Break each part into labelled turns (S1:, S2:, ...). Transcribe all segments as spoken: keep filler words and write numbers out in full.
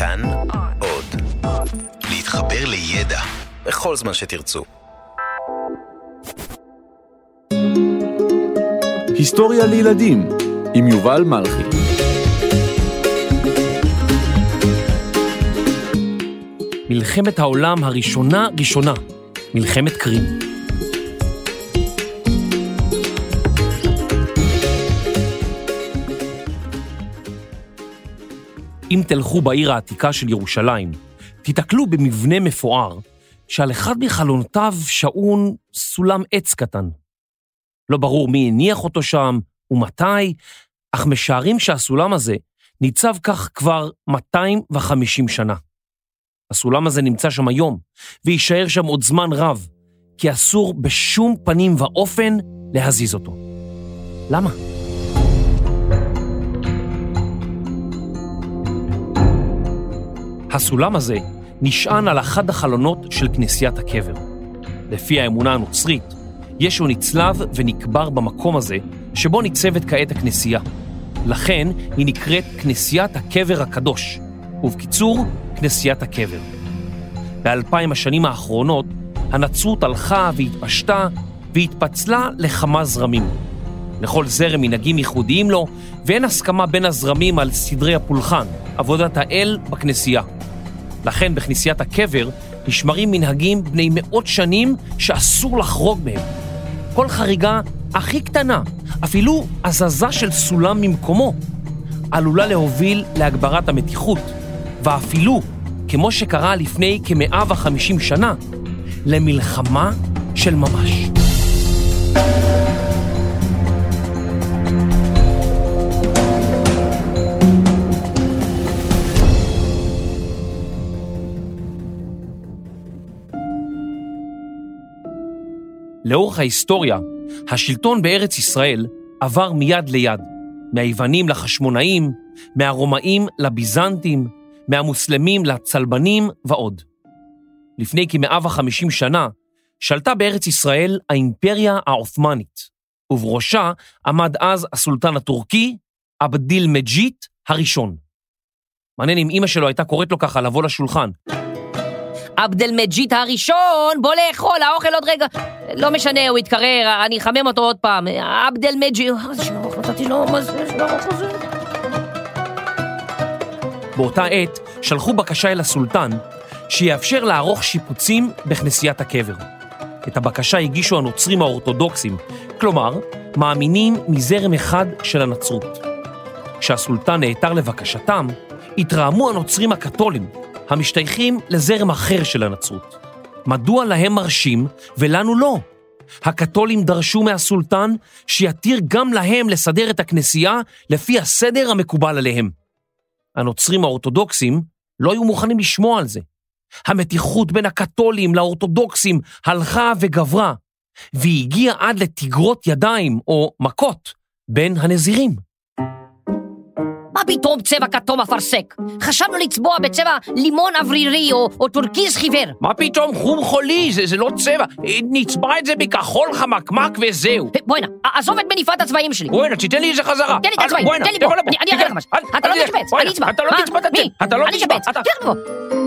S1: כאן עוד. להתחבר לידע בכל זמן שתרצו.
S2: היסטוריה לילדים עם יובל מלכי.
S3: מלחמת העולם הראשונה ראשונה, מלחמת קרים. אם תלכו בעיר העתיקה של ירושלים, תתקלו במבנה מפואר, שעל אחד מחלונותיו שעון סולם עץ קטן. לא ברור מי הניח אותו שם ומתי, אך משערים שהסולם הזה ניצב כך כבר מאתיים וחמישים שנה. הסולם הזה נמצא שם היום, ויישאר שם עוד זמן רב, כי אסור בשום פנים ואופן להזיז אותו. למה? הסולם הזה נשען על אחד החלונות של כנסיית הקבר. לפי האמונה הנוצרית, ישו נצלב ונקבר במקום הזה, שבו ניצבת כעת הכנסייה. לכן היא נקראת כנסיית הקבר הקדוש, ובקיצור, כנסיית הקבר. באלפיים השנים האחרונות, הנצרות הלכה והתפשטה והתפצלה לכמה זרמים. לכל זרם מנהגים ייחודיים לו, ואין הסכמה בין הזרמים על סדרי הפולחן, עבודת האל בכנסייה. לכן בכנסיית הקבר נשמרים מנהגים בני מאות שנים שאסור לחרוג מהם. כל חריגה הכי קטנה, אפילו הזזה של סולם ממקומו, עלולה להוביל להגברת המתיחות, ואפילו, כמו שקרה לפני כ-מאה וחמישים שנה, למלחמה של ממש. לאורך ההיסטוריה, השלטון בארץ ישראל עבר מיד ליד, מהיוונים לחשמונאים, מהרומאים לביזנטים, מהמוסלמים לצלבנים ועוד. לפני כ-מאה וחמישים שנה שלטה בארץ ישראל האימפריה העות'מאנית, ובראשה עמד אז הסולטן הטורקי עבדיל מג'יד הראשון. מעניין אם אמא שלו הייתה קוראת לו ככה לבוא לשולחן.
S4: עבדל מג'יד הראשון, בוא לאכול, האוכל עוד רגע. לא משנה, הוא יתקרר, אני אחמם אותו עוד פעם. עבדל מג'יד, שלוח, נתתי לו, מה זה, שלוח הזה?
S3: באותה עת שלחו בקשה אל הסולטן שיאפשר לערוך שיפוצים בכנסיית הקבר. את הבקשה הגישו הנוצרים האורתודוקסים, כלומר, מאמינים מזרם אחד של הנצרות. כשהסולטן נעתר לבקשתם, התרעמו הנוצרים הקתולים, המשתייכים לזרם אחר של הנצרות. מדוע להם מרשים ולנו לא? הקתולים דרשו מהסולטן שיתיר גם להם לסדר את הכנסייה לפי הסדר המקובל עליהם. הנוצרים האורתודוקסים לא היו מוכנים לשמוע על זה. המתיחות בין הקתולים לאורתודוקסים הלכה וגברה, והגיעה עד לתגרות ידיים או מכות בין הנזירים.
S4: מה פתאום צבע כתום אפרסק? חשבנו לצבוע בצבע לימון אוורירי או, או טורקיז חיוור.
S3: מה פתאום חום חולי? זה, זה לא צבע. נצבע את זה בכחול חמקמק וזהו.
S4: בואי נה, עזוב את מניפת הצבעים שלי.
S3: בואי נה, תתן לי איזה חזרה.
S4: תן לי את הצבעים, תן לי בוא. אני אראה לך משהו. אתה לא תשפץ, אני אצבע.
S3: אתה לא תצבע את זה. אתה לא תצבע.
S4: תלך בוא.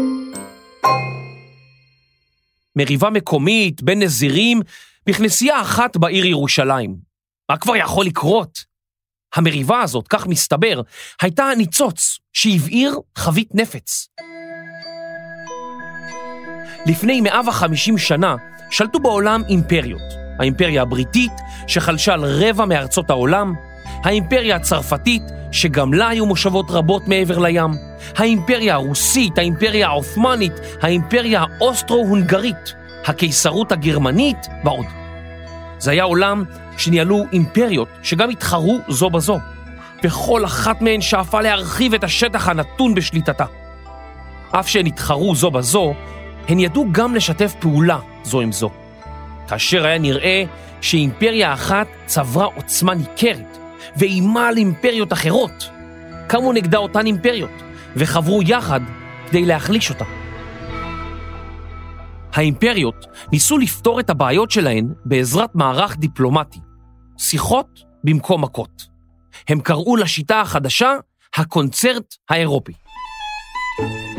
S3: מריבה מקומית בין נזירים בכנסייה אחת בעיר ירושלים. מה כבר יכול לקרות? המריבה הזאת, כך מסתבר, הייתה ניצוץ שהבעיר חבית נפץ. לפני מאה וחמישים שנה שלטו בעולם אימפריות. האימפריה הבריטית שחלשה על רבע מארצות העולם, האימפריה הצרפתית שגם לה היו מושבות רבות מעבר לים, האימפריה הרוסית, האימפריה העות'מאנית, האימפריה האוסטרו-הונגרית, הקיסרות הגרמנית ועוד. זה היה עולם שניהלו אימפריות שגם התחרו זו בזו, וכל אחת מהן שאפה להרחיב את השטח הנתון בשליטתה. אף שהן התחרו זו בזו, הן ידעו גם לשתף פעולה זו עם זו. כאשר היה נראה שאימפריה אחת צברה עוצמה ניכרת, ואימה על אימפריות אחרות, קמו נגדה אותן אימפריות, וחברו יחד כדי להחליש אותה. האימפריות ניסו לפתור את הבעיות שלהן בעזרת מערך דיפלומטי, שיחות במקום מכות. הם קראו לשיטה החדשה הקונצרט האירופי.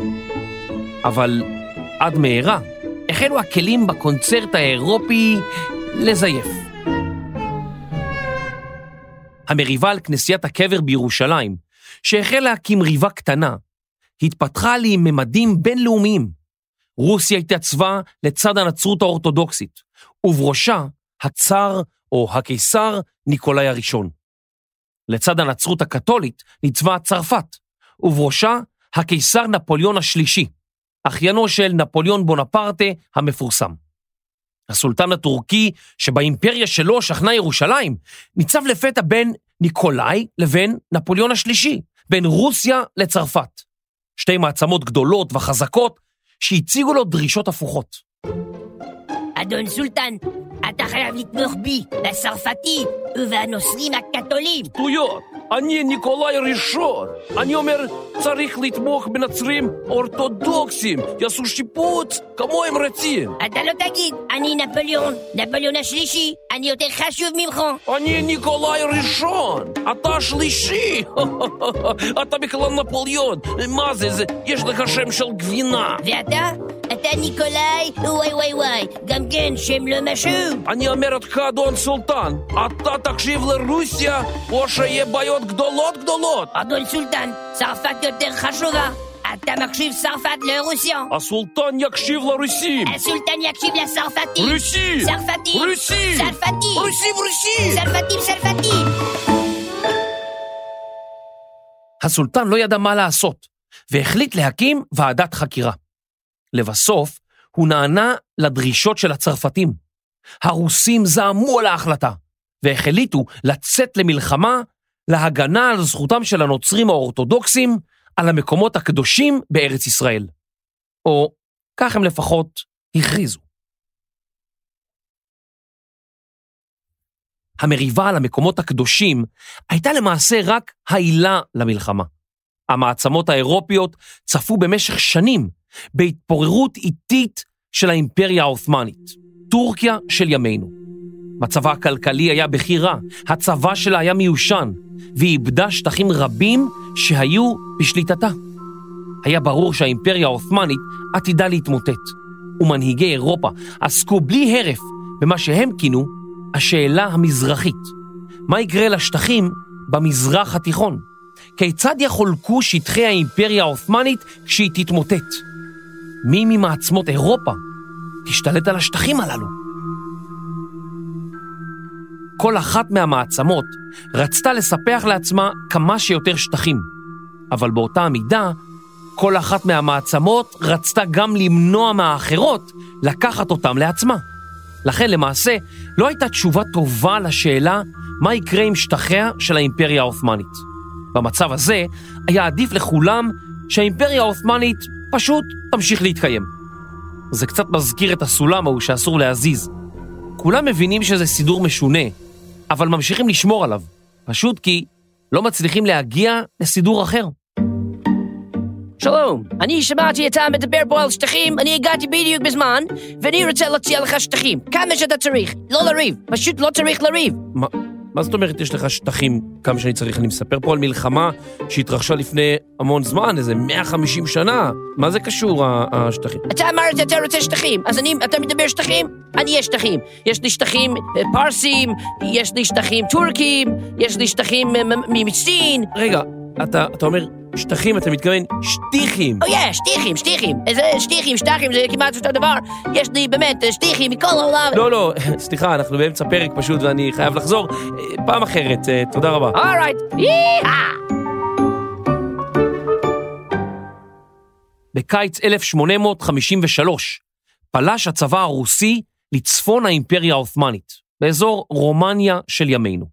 S3: אבל עד מהרה החלו הכלים בקונצרט האירופי לזייף. המריבה על כנסיית הקבר בירושלים, שהחלה כמריבה קטנה, התפתחה לי עם ממדים בינלאומיים. רוסיה התייצבה לצד הנצרות האורתודוקסית, ובראשה הצאר או הקיסר ניקולאי הראשון. לצד הנצרות הקתולית ניצבה צרפת, ובראשה הקיסר נפוליאון השלישי, אחיינו של נפוליאון בונפרטה המפורסם. הסולטן הטורקי שבאימפריה שלו שכנה ירושלים, ניצב לפתע בין ניקולאי לבין נפוליאון השלישי, בין רוסיה לצרפת. שתי מעצמות גדולות וחזקות שהציגו לו דרישות הפוכות.
S4: אדון סולטן, אתה חייב לתמוך בי, לצרפתי ובנוצרים הקתולים.
S3: שטויות, אני ניקולאי ראשון. אני אומר, צריך לתמוך בנוצרים אורתודוקסים, יעשו שיפוץ כמו הם רצים.
S4: אתה לא תגיד, אני נפוליאון, נפוליאון השלישי, אני יותר חשוב ממך.
S3: אני ניקולאי ראשון, אתה שלישי. אתה בכלל נפוליאון, מה זה זה? יש לך שם של גבינה.
S4: ואתה? אתה ניקולאי? וואי וואי וואי, גם כן שם לא משהו.
S3: אני אומר לך, אדון סולטן, אתה תקשיב לרוסיה, או שיהיה בעיות גדולות גדולות.
S4: אדון סולטן, צרפת יותר חשובה. אתה מקשיב צרפת לרוסיה.
S3: הסולטן יקשיב לרוסים.
S4: הסולטן יקשיב לצרפתים.
S3: רוסי!
S4: צרפתים!
S3: רוסי!
S4: צרפתים!
S3: רוסי ורוסי!
S4: צרפתים, צרפתים!
S3: הסולטן לא ידע מה לעשות, והחליט להקים ועדת חקירה. לבסוף, הוא נענה לדרישות של הצרפתים. הרוסים זעמו על ההחלטה, והחליטו לצאת למלחמה להגנה על זכותם של הנוצרים האורתודוקסים על המקומות הקדושים בארץ ישראל. או כך הם לפחות הכריזו. המריבה על המקומות הקדושים הייתה למעשה רק העילה למלחמה. המעצמות האירופיות צפו במשך שנים בהתפוררות איטית של האימפריה העות'מאנית, טורקיה של ימינו. מצבה הכלכלי היה בכי רע, הצבא שלה היה מיושן, והיא איבדה שטחים רבים שהיו בשליטתה. היה ברור שהאימפריה העות'מאנית עתידה להתמוטט, ומנהיגי אירופה עסקו בלי הרף במה שהם כינו השאלה המזרחית. מה יקרה לשטחים במזרח התיכון? כיצד יחולקו שטחי האימפריה העות'מאנית כשהיא תתמוטט? מי ממעצמות אירופה תשתלט על השטחים הללו? כל אחת מהמעצמות רצתה לספח לעצמה כמה שיותר שטחים, אבל באותה המידה, כל אחת מהמעצמות רצתה גם למנוע מהאחרות לקחת אותם לעצמה. לכן למעשה לא הייתה תשובה טובה לשאלה מה יקרה עם שטחיה של האימפריה העות'מאנית. במצב הזה היה עדיף לכולם שהאימפריה העות'מאנית פשוט תמשיך להתקיים. זה קצת מזכיר את הסולם ההוא שאסור להזיז. כולם מבינים שזה סידור משונה, אבל ממשיכים לשמור עליו, פשוט כי לא מצליחים להגיע לסידור אחר.
S4: שלום, אני שמעתי אתה מדבר פה על שטחים, אני הגעתי בדיוק בזמן, ואני רוצה להציע לך שטחים, כמה שאתה צריך, לא לריב, פשוט לא צריך לריב.
S3: מה, מה זאת אומרת יש לך שטחים כמה שאני צריך? אני מספר פה על מלחמה שהתרחשה לפני המון זמן, איזה מאה וחמישים שנה, מה זה קשור השטחים?
S4: אתה אמרת אתה רוצה שטחים, אז אני, אתה מדבר שטחים? אני יש שטחים, יש לי שטחים פרסים, יש לי שטחים טורקים, יש לי שטחים ממצין.
S3: רגע, אתה, אתה אומר שטחים, אתה מתכוון שטיחים.
S4: או יש, שטיחים, שטיחים. איזה שטיחים, שטחים, זה כמעט אותו דבר. יש לי באמת שטיחים מכל העולם.
S3: לא, לא, סליחה, אנחנו באמצע פרק פשוט ואני חייב לחזור. פעם אחרת, תודה רבה.
S4: אורייט, יאה!
S3: בקיץ אלף שמונה מאות חמישים ושלוש פלש הצבא הרוסי לצפון האימפריה העות'מאנית, באזור רומניה של ימינו.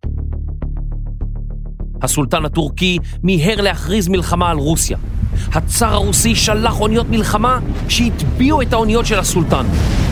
S3: הסולטן הטורקי מיהר להכריז מלחמה על רוסיה. הצאר הרוסי שלח אוניות מלחמה שהטביעו את האוניות של הסולטן.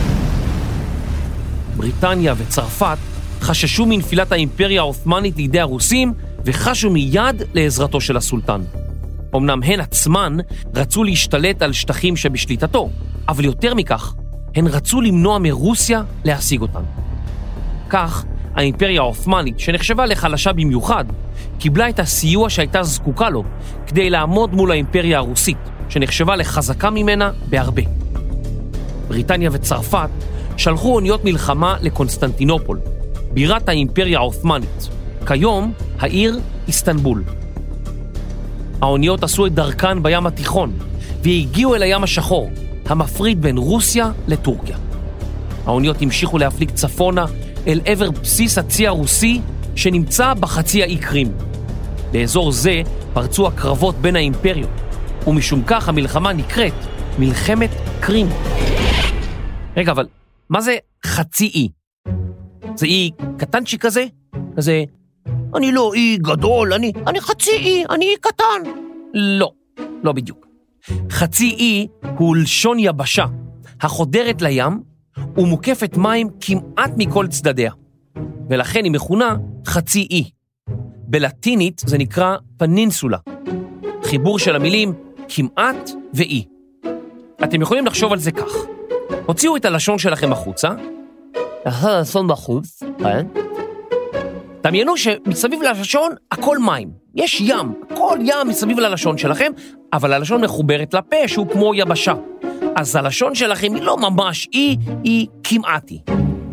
S3: בריטניה וצרפת חששו מנפילת האימפריה העות'מאנית לידי הרוסים וחשו מיד לעזרתו של הסולטן. אמנם הן עצמן רצו להשתלט על שטחים שבשליטתו, אבל יותר מכך, הן רצו למנוע מרוסיה להשיג אותן. כך, האימפריה העות'מאנית, שנחשבה לחלשה במיוחד, קיבלה את הסיוע שהייתה זקוקה לו כדי לעמוד מול האימפריה הרוסית, שנחשבה לחזקה ממנה בהרבה. בריטניה וצרפת שלחו אוניות מלחמה לקונסטנטינופול, בירת האימפריה העות'מאנית, כיום העיר איסטנבול. האוניות עשו את דרכן בים התיכון, והגיעו אל הים השחור, המפריד בין רוסיה לטורקיה. האוניות המשיכו להפליג צפונה אל עבר בסיס הצי הרוסי שנמצא בחצי האי קרים. באזור זה פרצו הקרבות בין האימפריות, ומשום כך המלחמה נקראת מלחמת קרים. רגע, אבל מה זה חצי אי? זה אי קטנצ'י כזה? כזה, אני לא אי גדול, אני, אני חצי אי, אני אי קטן. לא, לא בדיוק. חצי אי הוא לשון יבשה, החודרת לים ומוקפת מים כמעט מכל צדדיה, ולכן היא מכונה חצי אי. בלטינית זה נקרא פנינסולה, חיבור של המילים כמעט ואי. אתם יכולים לחשוב על זה כך. הוציאו את הלשון שלכם החוצה. הלשון בחוץ, כן? דמיינו שמסביב ללשון הכל מים. יש ים, הכל ים מסביב ללשון שלכם, אבל הלשון מחוברת לפה שהוא כמו יבשה. אז הלשון שלכם היא לא ממש אי, היא כמעט אי.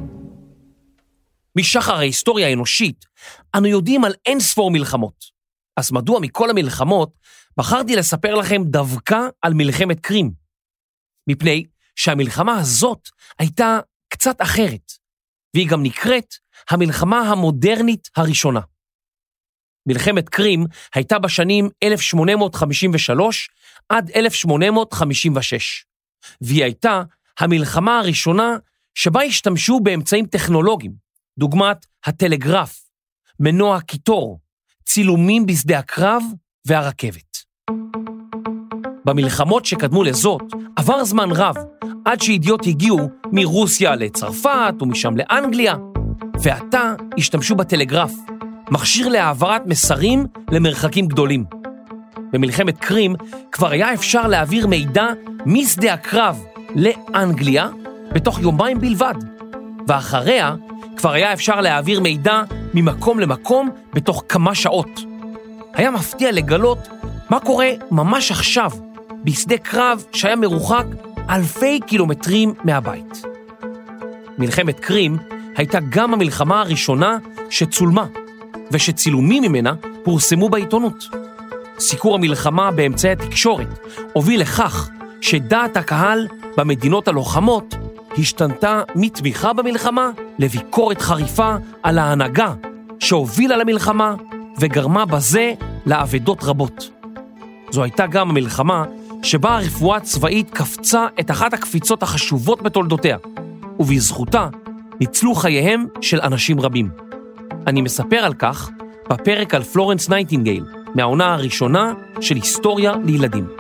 S3: משחר ההיסטוריה האנושית, אנו יודעים על אין ספור מלחמות. אז מדוע מכל המלחמות בחרתי לספר לכם דווקא על מלחמת קרים? מפני שהמלחמה הזאת הייתה קצת אחרת, והיא גם נקראת המלחמה המודרנית הראשונה. מלחמת קרים הייתה בשנים אלף שמונה מאות חמישים ושלוש עד אלף שמונה מאות חמישים ושש, והיא הייתה המלחמה הראשונה שבה השתמשו באמצעים טכנולוגיים, דוגמת הטלגרף, מנוע קיטור, צילומים בשדה הקרב והרכבת. במלחמות שקדמו לזאת עבר זמן רב עד שידיעות הגיעו מרוסיה לצרפת ומשם לאנגליה, ועתה השתמשו בטלגרף, מכשיר להעברת מסרים למרחקים גדולים. במלחמת קרים כבר היה אפשר להעביר מידע משדה הקרב לאנגליה בתוך יומיים בלבד, ואחריה כבר היה אפשר להעביר מידע ממקום למקום בתוך כמה שעות. היה מפתיע לגלות מה קורה ממש עכשיו בשדה קרב שהיה מרוחק אלפי קילומטרים מהבית. מלחמת קרים הייתה גם המלחמה הראשונה שצולמה, ושצילומים ממנה פורסמו בעיתונות. סיקור המלחמה באמצעי התקשורת הוביל לכך שדעת הקהל במדינות הלוחמות השתנתה מתמיכה במלחמה לביקורת חריפה על ההנהגה שהובילה למלחמה וגרמה בזה לאבדות רבות. זו הייתה גם המלחמה שבה הרפואה הצבאית קפצה את אחת הקפיצות החשובות בתולדותיה, ובזכותה ניצלו חייהם של אנשים רבים. אני מספר על כך בפרק על פלורנס נייטינגייל, מהעונה הראשונה של היסטוריה לילדים.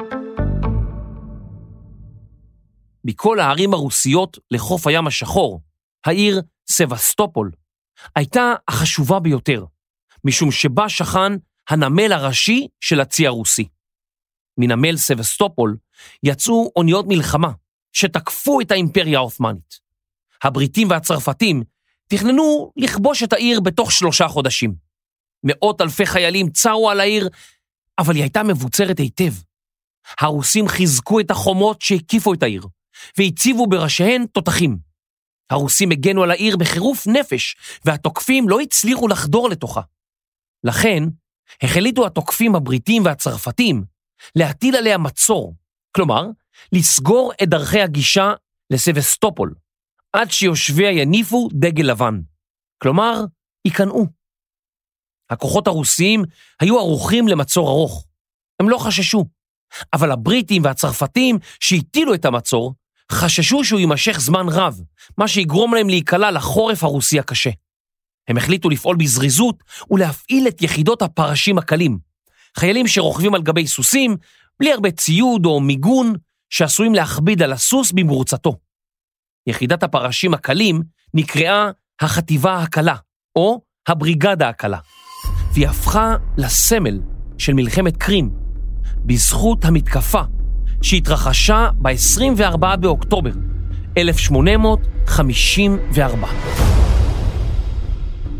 S3: בכל הערים הרוסיות לחוף הים השחור, העיר סבסטופול הייתה החשובה ביותר, משום שבה שכן הנמל הראשי של הצי הרוסי. מנמל סבסטופול יצאו אוניות מלחמה שתקפו את האימפריה העות'מאנית. הבריטים והצרפתים תכננו לכבוש את העיר בתוך שלושה חודשים. מאות אלפי חיילים צרו על העיר, אבל היא הייתה מבוצרת היטב. הרוסים חיזקו את החומות שהקיפו את העיר, והציבו בראשיהן תותחים. הרוסים הגנו על העיר בחירוף נפש, והתוקפים לא הצליחו לחדור לתוכה. לכן, החליטו התוקפים הבריטים והצרפתים להטיל עליה מצור, כלומר, לסגור את דרכי הגישה לסבסטופול, עד שיושביה יניפו דגל לבן, כלומר, ייכנעו. הכוחות הרוסיים היו ערוכים למצור ארוך. הם לא חששו, אבל הבריטים והצרפתים שהטילו את המצור, חששו שהוא יימשך זמן רב, מה שיגרום להם להיקלע לחורף הרוסי הקשה. הם החליטו לפעול בזריזות ולהפעיל את יחידות הפרשים הקלים, חיילים שרוכבים על גבי סוסים, בלי הרבה ציוד או מיגון, שעשויים להכביד על הסוס במרוצתו. יחידת הפרשים הקלים נקראה החטיבה הקלה, או הבריגדה הקלה, והיא הפכה לסמל של מלחמת קרים, בזכות המתקפה שהתרחשה ב-עשרים וארבעה באוקטובר אלף שמונה מאות חמישים וארבע.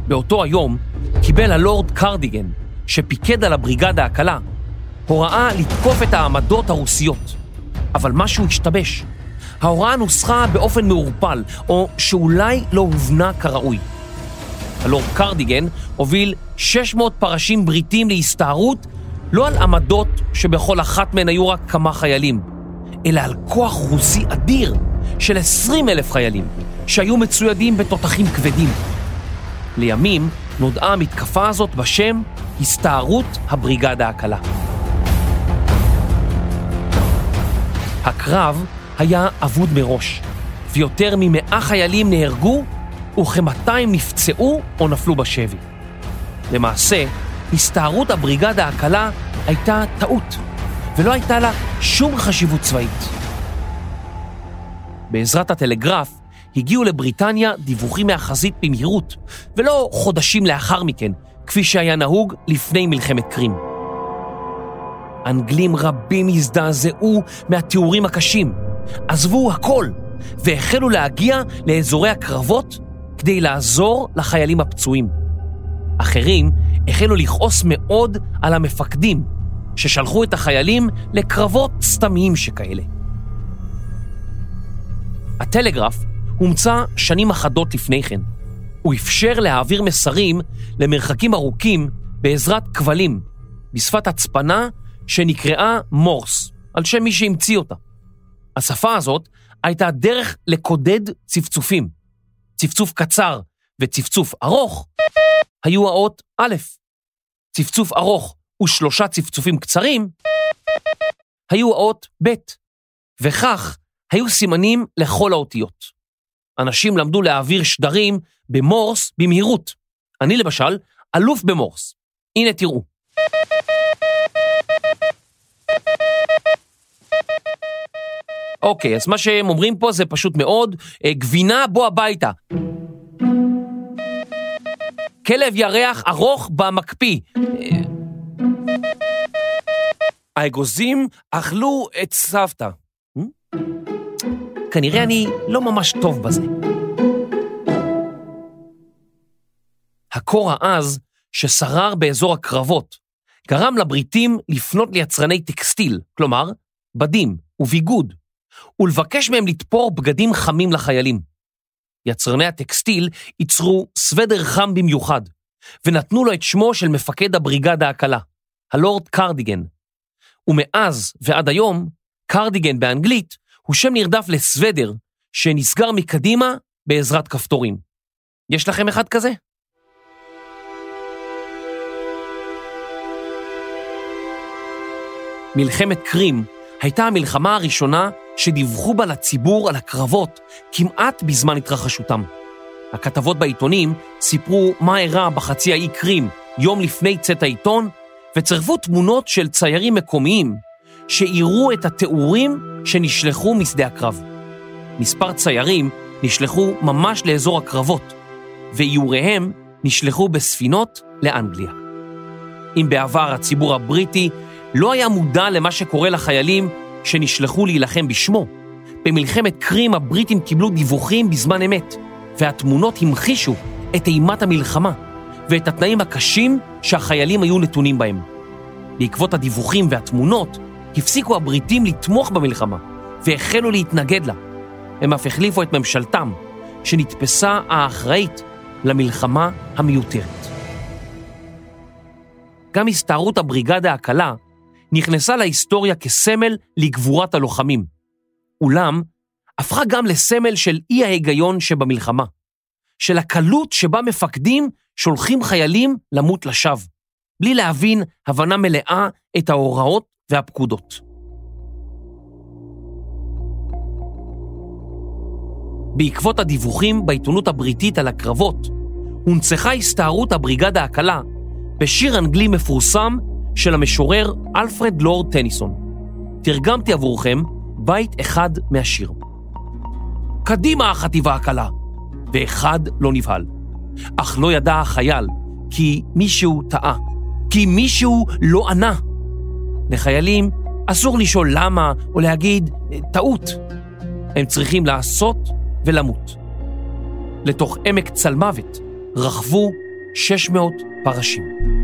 S3: באותו היום קיבל הלורד קרדיגן, שפיקד על הבריגדה הקלה, הוראה לתקוף את העמדות הרוסיות. אבל משהו השתבש. ההוראה נוסחה באופן מעורפל, או שאולי לא הובנה כראוי. הלורד קרדיגן הוביל שש מאות פרשים בריטים להסתערות, לא על עמדות שבכל אחת מהן היו רק כמה חיילים, אלא על כוח רוסי אדיר של עשרים אלף חיילים, שהיו מצוידים בתותחים כבדים. לימים נודעה המתקפה הזאת בשם הסתערות הבריגדה הקלה. הקרב היה אבוד מראש, ויותר ממאה חיילים נהרגו, וכ-מאתיים נפצעו או נפלו בשבי. למעשה, הסתערות הבריגדה הקלה הייתה טעות, ולא הייתה לה שום חשיבות צבאית. בעזרת הטלגרף הגיעו לבריטניה דיווחים מהחזית במהירות, ולא חודשים לאחר מכן, כפי שהיה נהוג לפני מלחמת קרים. אנגלים רבים הזדעזעו מהתיאורים הקשים, עזבו הכל, והחלו להגיע לאזורי הקרבות כדי לעזור לחיילים הפצועים. אחרים החלו לכעוס מאוד על המפקדים, ששלחו את החיילים לקרבות סתמיים שכאלה. הטלגרף הומצא שנים אחדות לפני כן. הוא אפשר להעביר מסרים למרחקים ארוכים בעזרת כבלים, בשפת הצפנה שנקראה מורס, על שם מי שהמציא אותה. השפה הזאת הייתה דרך לקודד צפצופים. צפצוף קצר וצפצוף ארוך היו האות א', צפצוף ארוך ושלושה צפצופים קצרים היו האות ב', וכך היו סימנים לכל האותיות. אנשים למדו להעביר שדרים במורס במהירות. אני למשל אלוף במורס. הנה תראו. אוקיי, אז מה שהם אומרים פה זה פשוט מאוד, גבינה בוא הביתה. כלב ירח ארוך במקפיא. האגוזים אכלו את סבתא. כנראה אני לא ממש טוב בזה. הקור העז ששרר באזור הקרבות גרם לבריטים לפנות ליצרני טקסטיל, כלומר בדים וביגוד, ולבקש מהם לתפור בגדים חמים לחיילים. יצרני הטקסטיל ייצרו סוודר חם במיוחד, ונתנו לו את שמו של מפקד הבריגדה הקלה, הלורד קרדיגן. ומאז ועד היום, קרדיגן באנגלית הוא שם נרדף לסוודר שנסגר מקדימה בעזרת כפתורים. יש לכם אחד כזה? מלחמת קרים הייתה המלחמה הראשונה שדיווחו בה לציבור על הקרבות כמעט בזמן התרחשותם. הכתבות בעיתונים סיפרו מה אירע בחצי האי קרים יום לפני צאת העיתון, וצרפו תמונות של ציירים מקומיים שאירו את התיאורים שנשלחו משדה הקרב. מספר ציירים נשלחו ממש לאזור הקרבות, ואיוריהם נשלחו בספינות לאנגליה. אם בעבר הציבור הבריטי לא היה מודע למה שקורה לחיילים שנשלחו להילחם בשמו, במלחמת קרים הבריטים קיבלו דיווחים בזמן אמת, והתמונות המחישו את אימת המלחמה ואת התנאים הקשים שהחיילים היו נתונים בהם. בעקבות הדיווחים והתמונות הפסיקו הבריטים לתמוך במלחמה והחלו להתנגד לה. הם אף החליפו את ממשלתם, שנתפסה האחראית למלחמה המיותרת. גם הסתערות הבריגדה הקלה נכנסה להיסטוריה כסמל לגבורת הלוחמים. אולם הפכה גם לסמל של אי ההיגיון שבמלחמה, של הקלות שבה מפקדים שולחים חיילים למות לשווא, בלי להבין הבנה מלאה את ההוראות והפקודות. בעקבות הדיווחים בעיתונות הבריטית על הקרבות, הונצחה הסתערות הבריגדה הקלה בשיר אנגלי מפורסם של המשורר אלפרד לורד טניסון. תרגמתי עבורכם בית אחד מהשיר. קדימה החטיבה הקלה, ואחד לא נבהל. אך לא ידע החייל, כי מישהו טעה, כי מישהו לא ענה. לחיילים אסור לשאול למה או להגיד טעות. הם צריכים לעשות ולמות. לתוך עמק צלמוות רכבו שש מאות פרשים.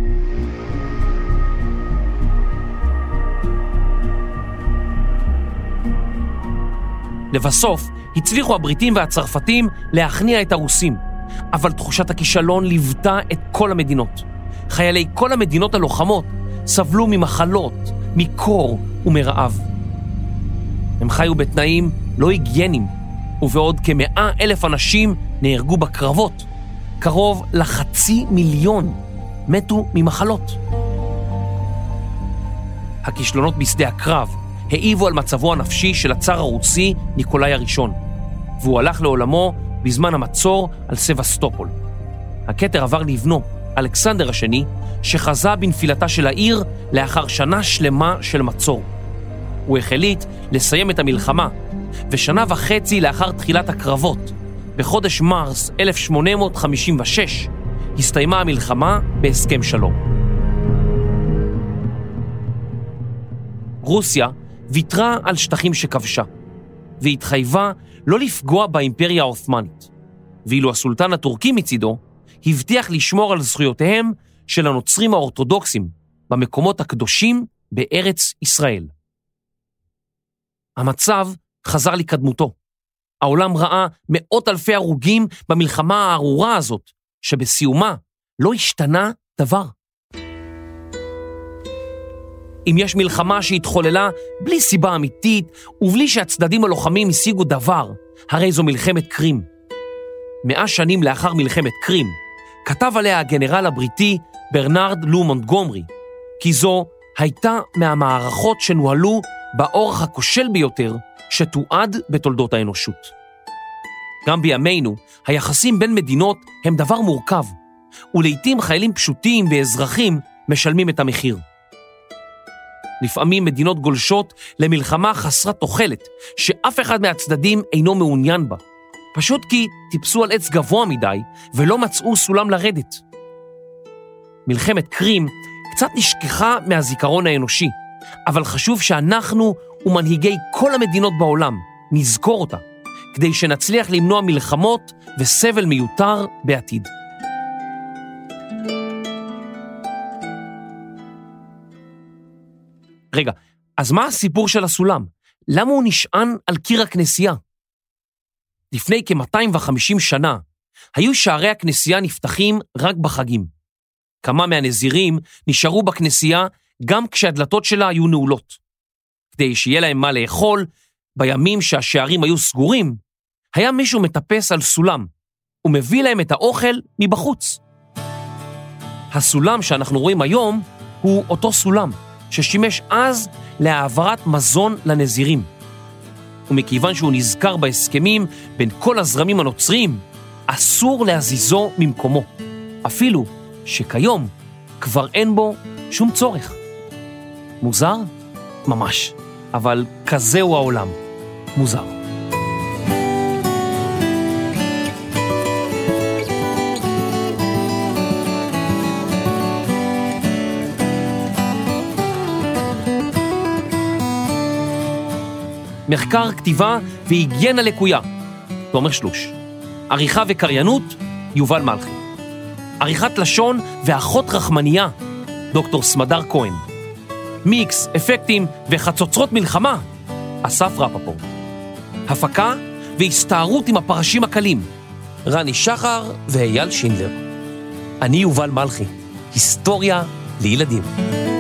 S3: לבסוף, הצליחו הבריטים והצרפתים להכניע את הרוסים, אבל תחושת הכישלון ליוותה את כל המדינות. חיילי כל המדינות הלוחמות סבלו ממחלות, מקור ומרעב. הם חיו בתנאים לא היגייניים, ובעוד כמאה אלף אנשים נהרגו בקרבות, קרוב לחצי מיליון מתו ממחלות. הכישלונות בשדה הקרב העיבו על מצבו הנפשי של הצאר הרוסי ניקולאי הראשון, והוא הלך לעולמו בזמן המצור על סבסטופול. הכתר עבר לבנו, אלכסנדר השני, שחזה בנפילתה של העיר לאחר שנה שלמה של מצור. הוא החליט לסיים את המלחמה, ושנה וחצי לאחר תחילת הקרבות, בחודש מרס אלף שמונה מאות חמישים ושש, הסתיימה המלחמה בהסכם שלום. רוסיה ויתרה על שטחים שכבשה, והתחייבה לא לפגוע באימפריה העות'מאנית, ואילו הסולטן הטורקי מצידו הבטיח לשמור על זכויותיהם של הנוצרים האורתודוקסים במקומות הקדושים בארץ ישראל. המצב חזר לקדמותו. העולם ראה מאות אלפי הרוגים במלחמה הארורה הזאת, שבסיומה לא השתנה דבר. אם יש מלחמה שהתחוללה בלי סיבה אמיתית ובלי שהצדדים הלוחמים השיגו דבר, הרי זו מלחמת קרים. מאה שנים לאחר מלחמת קרים, כתב עליה הגנרל הבריטי ברנרד לו מונטגומרי, כי זו הייתה מהמערכות שנוהלו באורח הכושל ביותר שתועד בתולדות האנושות. גם בימינו, היחסים בין מדינות הם דבר מורכב, ולעיתים חיילים פשוטים ואזרחים משלמים את המחיר. לפעמים מדינות גולשות למלחמה חסרת תוחלת, שאף אחד מהצדדים אינו מעוניין בה, פשוט כי טיפסו על עץ גבוה מדי ולא מצאו סולם לרדת. מלחמת קרים קצת נשכחה מהזיכרון האנושי, אבל חשוב שאנחנו ומנהיגי כל המדינות בעולם נזכור אותה, כדי שנצליח למנוע מלחמות וסבל מיותר בעתיד. רגע, אז מה הסיפור של הסולם? למה הוא נשען על קיר הכנסייה? לפני כ-מאתיים וחמישים שנה, היו שערי הכנסייה נפתחים רק בחגים. כמה מהנזירים נשארו בכנסייה גם כשהדלתות שלה היו נעולות. כדי שיהיה להם מה לאכול, בימים שהשערים היו סגורים, היה מישהו מטפס על סולם, ומביא להם את האוכל מבחוץ. הסולם שאנחנו רואים היום הוא אותו סולם, ששימש אז להעברת מזון לנזירים. ומכיוון שהוא נזכר בהסכמים בין כל הזרמים הנוצריים, אסור להזיזו ממקומו, אפילו שכיום כבר אין בו שום צורך. מוזר? ממש. אבל כזהו העולם. מוזר. מחקר, כתיבה והיגיינה לקויה, תומר שלוש. עריכה וקריינות, יובל מלכי. עריכת לשון ואחות רחמניה, דוקטור סמדר כהן. מיקס, אפקטים וחצוצרות מלחמה, אסף רפפורט. הפקה והסתערות עם הפרשים הקלים, רני שחר ואייל שינדלר. אני יובל מלכי, היסטוריה לילדים.